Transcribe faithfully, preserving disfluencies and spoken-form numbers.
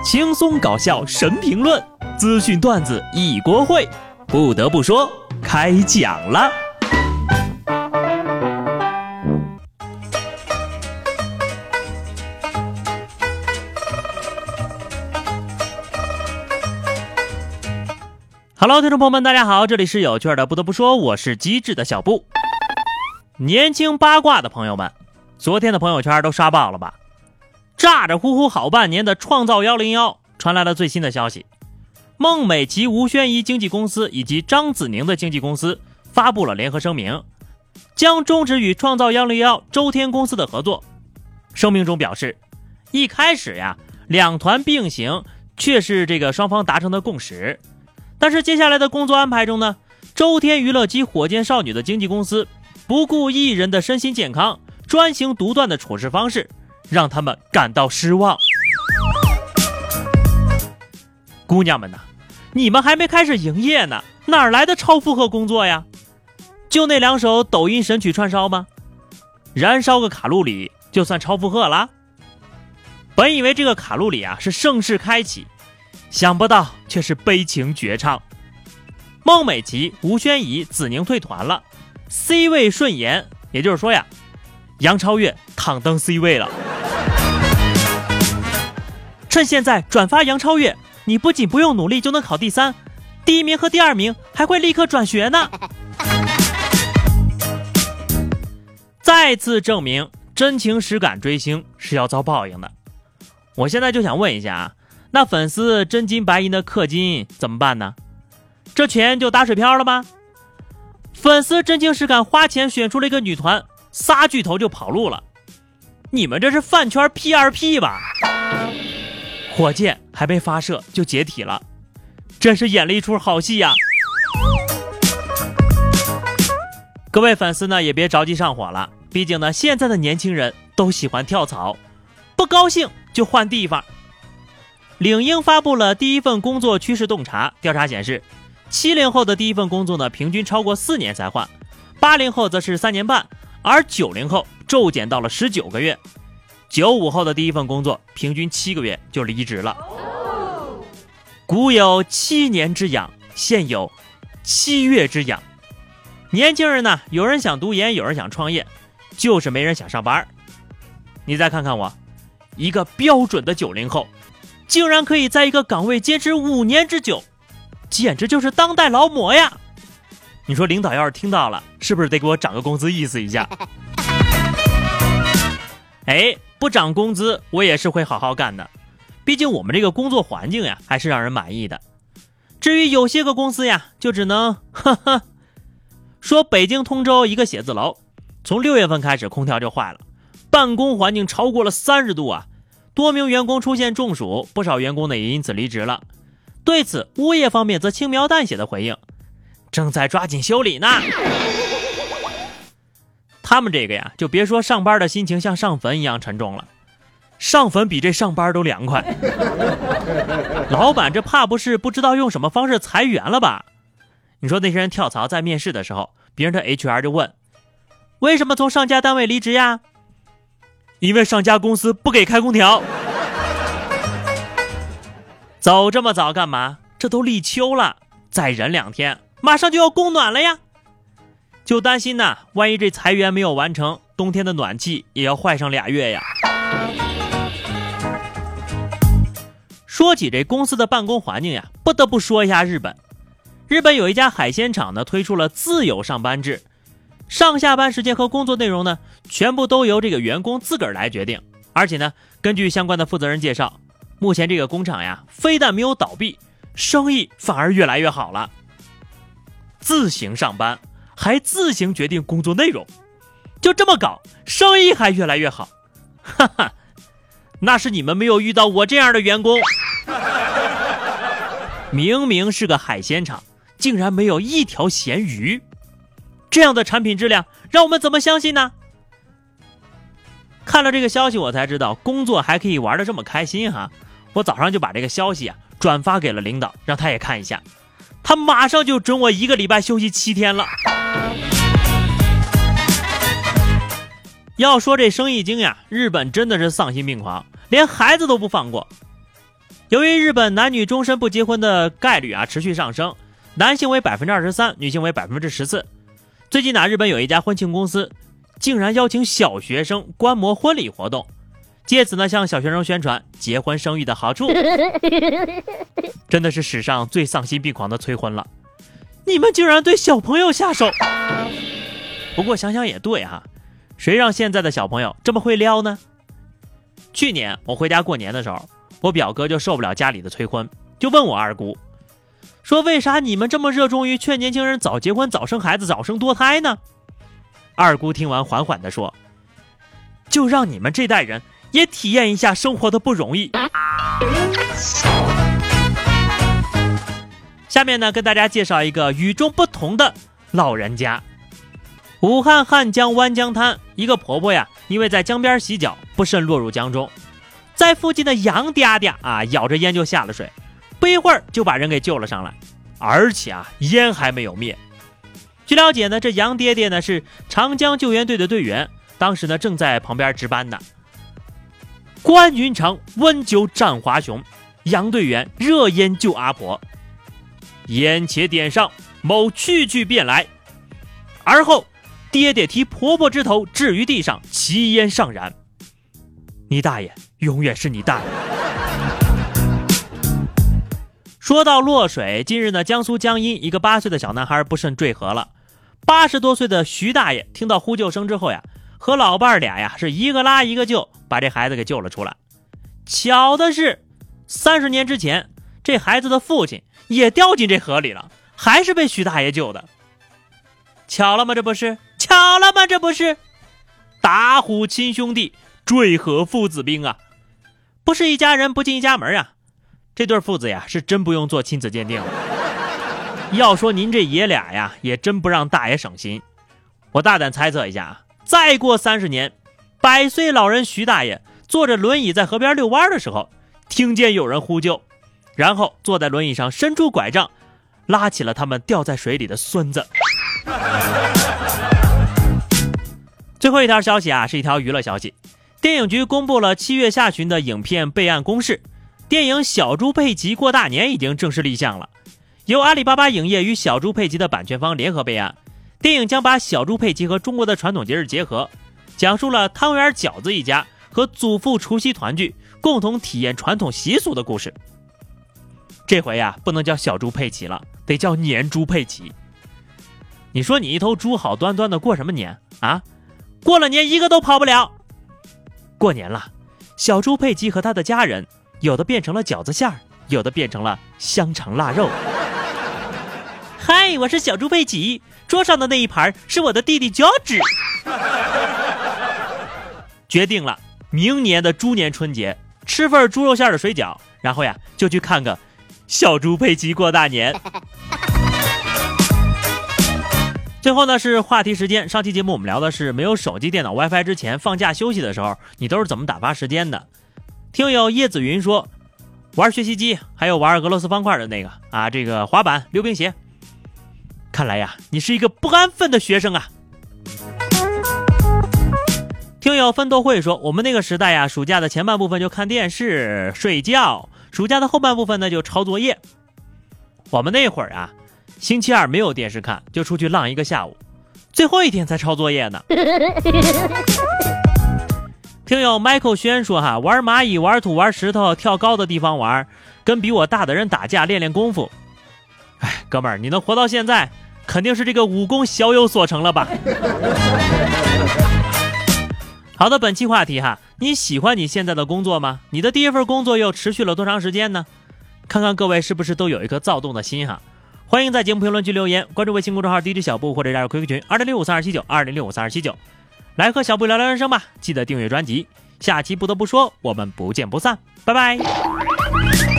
轻松搞笑神评论，资讯段子一锅烩。不得不说，开讲了。Hello， 听众朋友们，大家好，这里是有趣的。不得不说，我是机智的小布。年轻八卦的朋友们，昨天的朋友圈都刷爆了吧？咋着呼呼好半年的创造一零一传来了最新的消息，孟美岐、吴宣仪经纪公司以及张子宁的经纪公司发布了联合声明，将终止与创造一零一周天公司的合作。声明中表示，一开始呀，两团并行却是这个双方达成的共识，但是接下来的工作安排中呢，周天娱乐及火箭少女的经纪公司不顾艺人的身心健康，专行独断的处事方式，让他们感到失望。姑娘们呐，你们还没开始营业呢，哪来的超负荷工作呀？就那两首抖音神曲串烧吗？燃烧个卡路里就算超负荷了？本以为这个卡路里啊是盛世开启，想不到却是悲情绝唱。孟美岐、吴宣仪、子宁退团了， C 位顺延，也就是说呀，杨超越躺登 C 位了。趁现在转发杨超越，你不仅不用努力就能考第三，第一名和第二名还会立刻转学呢。再次证明真情实感追星是要遭报应的。我现在就想问一下啊，那粉丝真金白银的氪金怎么办呢？这钱就打水漂了吗？粉丝真情实感花钱选出了一个女团，仨巨头就跑路了，你们这是饭圈 P 二 P 吧？火箭还没发射就解体了，真是演了一出好戏呀！各位粉丝呢也别着急上火了，毕竟呢现在的年轻人都喜欢跳槽，不高兴就换地方。领英发布了第一份工作趋势洞察，调查显示，七零后的第一份工作呢平均超过四年才换，八零后则是三年半，而九零后骤减到了十九个月，九五后的第一份工作平均七个月就离职了。古有七年之痒，现有七月之痒。年轻人呢，有人想读研，有人想创业，就是没人想上班。你再看看我，一个标准的九零后，竟然可以在一个岗位坚持五年之久，简直就是当代劳模呀！你说领导要是听到了，是不是得给我涨个工资意思一下？哎，不涨工资我也是会好好干的，毕竟我们这个工作环境呀还是让人满意的。至于有些个公司呀，就只能呵呵。说北京通州一个写字楼，从六月份开始空调就坏了，办公环境超过了三十度啊，多名员工出现中暑，不少员工呢也因此离职了。对此，物业方面则轻描淡写的回应，正在抓紧修理呢。他们这个呀，就别说上班的心情像上坟一样沉重了，上坟比这上班都凉快。老板这怕不是不知道用什么方式裁员了吧？你说那些人跳槽在面试的时候，别人的 H R 就问，为什么从上家单位离职呀？因为上家公司不给开空调。走这么早干嘛？这都立秋了，再忍两天马上就要供暖了呀。就担心呐，万一这裁员没有完成，冬天的暖气也要坏上俩月呀。说起这公司的办公环境呀，不得不说一下日本。日本有一家海鲜厂呢，推出了自由上班制，上下班时间和工作内容呢，全部都由这个员工自个儿来决定。而且呢，根据相关的负责人介绍，目前这个工厂呀，非但没有倒闭，生意反而越来越好了。自行上班，还自行决定工作内容，就这么搞，生意还越来越好。哈哈，那是你们没有遇到我这样的员工。明明是个海鲜厂，竟然没有一条咸鱼，这样的产品质量让我们怎么相信呢？看了这个消息我才知道工作还可以玩得这么开心哈，我早上就把这个消息啊转发给了领导，让他也看一下，他马上就准我一个礼拜休息七天了。要说这生意经呀，日本真的是丧心病狂，连孩子都不放过。 由于日本男女终身不结婚的概率啊持续上升，男性为 百分之二十三， 女性为 百分之十四。 最近呢，日本有一家婚庆公司竟然邀请小学生观摩婚礼活动，借此呢向小学生宣传结婚生育的好处。真的是史上最丧心病狂的催婚了，你们竟然对小朋友下手。不过想想也对哈、啊，谁让现在的小朋友这么会撩呢？去年我回家过年的时候，我表哥就受不了家里的催婚，就问我二姑说，为啥你们这么热衷于劝年轻人早结婚早生孩子早生多胎呢？二姑听完缓缓地说，就让你们这代人也体验一下生活的不容易。下面呢，跟大家介绍一个与众不同的老人家。武汉汉江湾江滩，一个婆婆呀，因为在江边洗脚，不慎落入江中，在附近的杨嗲嗲啊，咬着烟就下了水，不一会儿就把人给救了上来，而且啊，烟还没有灭。据了解呢，这杨爹爹呢是长江救援队的队员，当时呢正在旁边值班呢。关云长温酒战华雄，杨队员热烟救阿婆，烟且点上，某去去便来，而后爹爹提婆婆之头置于地上，其烟上燃。你大爷，永远是你大爷。说到落水，近日呢，江苏江阴一个八岁的小男孩不慎坠河了。八十多岁的徐大爷听到呼救声之后呀，和老伴俩呀是一个拉一个救，把这孩子给救了出来。巧的是，三十年之前，这孩子的父亲也掉进这河里了，还是被徐大爷救的。巧了吗？这不是？巧了吗？这不是？打虎亲兄弟，坠河父子兵啊！不是一家人不进一家门啊！这对父子呀，是真不用做亲子鉴定了。要说您这爷俩呀，也真不让大爷省心。我大胆猜测一下啊，再过三十年，百岁老人徐大爷坐着轮椅在河边遛弯的时候，听见有人呼救，然后坐在轮椅上伸出拐杖，拉起了他们掉在水里的孙子。最后一条消息啊，是一条娱乐消息。电影局公布了七月下旬的影片备案公示，电影《小猪佩奇过大年》已经正式立项了。由阿里巴巴影业与小猪佩奇的版权方联合备案，电影将把小猪佩奇和中国的传统节日结合，讲述了汤圆饺子一家和祖父除夕团聚，共同体验传统习俗的故事。这回呀、啊，不能叫小猪佩奇了，得叫年猪佩奇。你说你一头猪好端端的过什么年啊？过了年一个都跑不了。过年了，小猪佩奇和他的家人，有的变成了饺子馅儿，有的变成了香肠腊肉。嗨，我是小猪佩奇，桌上的那一盘是我的弟弟脚趾。决定了，明年的猪年春节吃份猪肉馅的水饺，然后呀就去看个小猪佩奇过大年。最后呢是话题时间，上期节目我们聊的是没有手机电脑 WiFi 之前放假休息的时候你都是怎么打发时间的。听友叶子云说，玩学习机，还有玩俄罗斯方块的那个啊，这个滑板溜冰鞋。看来呀，你是一个不安分的学生啊。听友奋斗会说，我们那个时代呀，暑假的前半部分就看电视睡觉，暑假的后半部分呢就抄作业。我们那会儿啊，星期二没有电视看，就出去浪一个下午，最后一天才抄作业呢。听友 Michael 轩说哈，玩蚂蚁玩土玩石头跳高的地方玩，跟比我大的人打架练练功夫。哎，哥们儿，你能活到现在肯定是这个武功小有所成了吧。好的，本期话题哈，你喜欢你现在的工作吗？你的第一份工作又持续了多长时间呢？看看各位是不是都有一颗躁动的心哈。欢迎在节目评论区留言，关注微信公众号 D J 小布或者加入 Q Q 群二零六五三二七九二零六五三二七九，来和小布聊聊人生吧。记得订阅专辑，下期不得不说，我们不见不散，拜拜。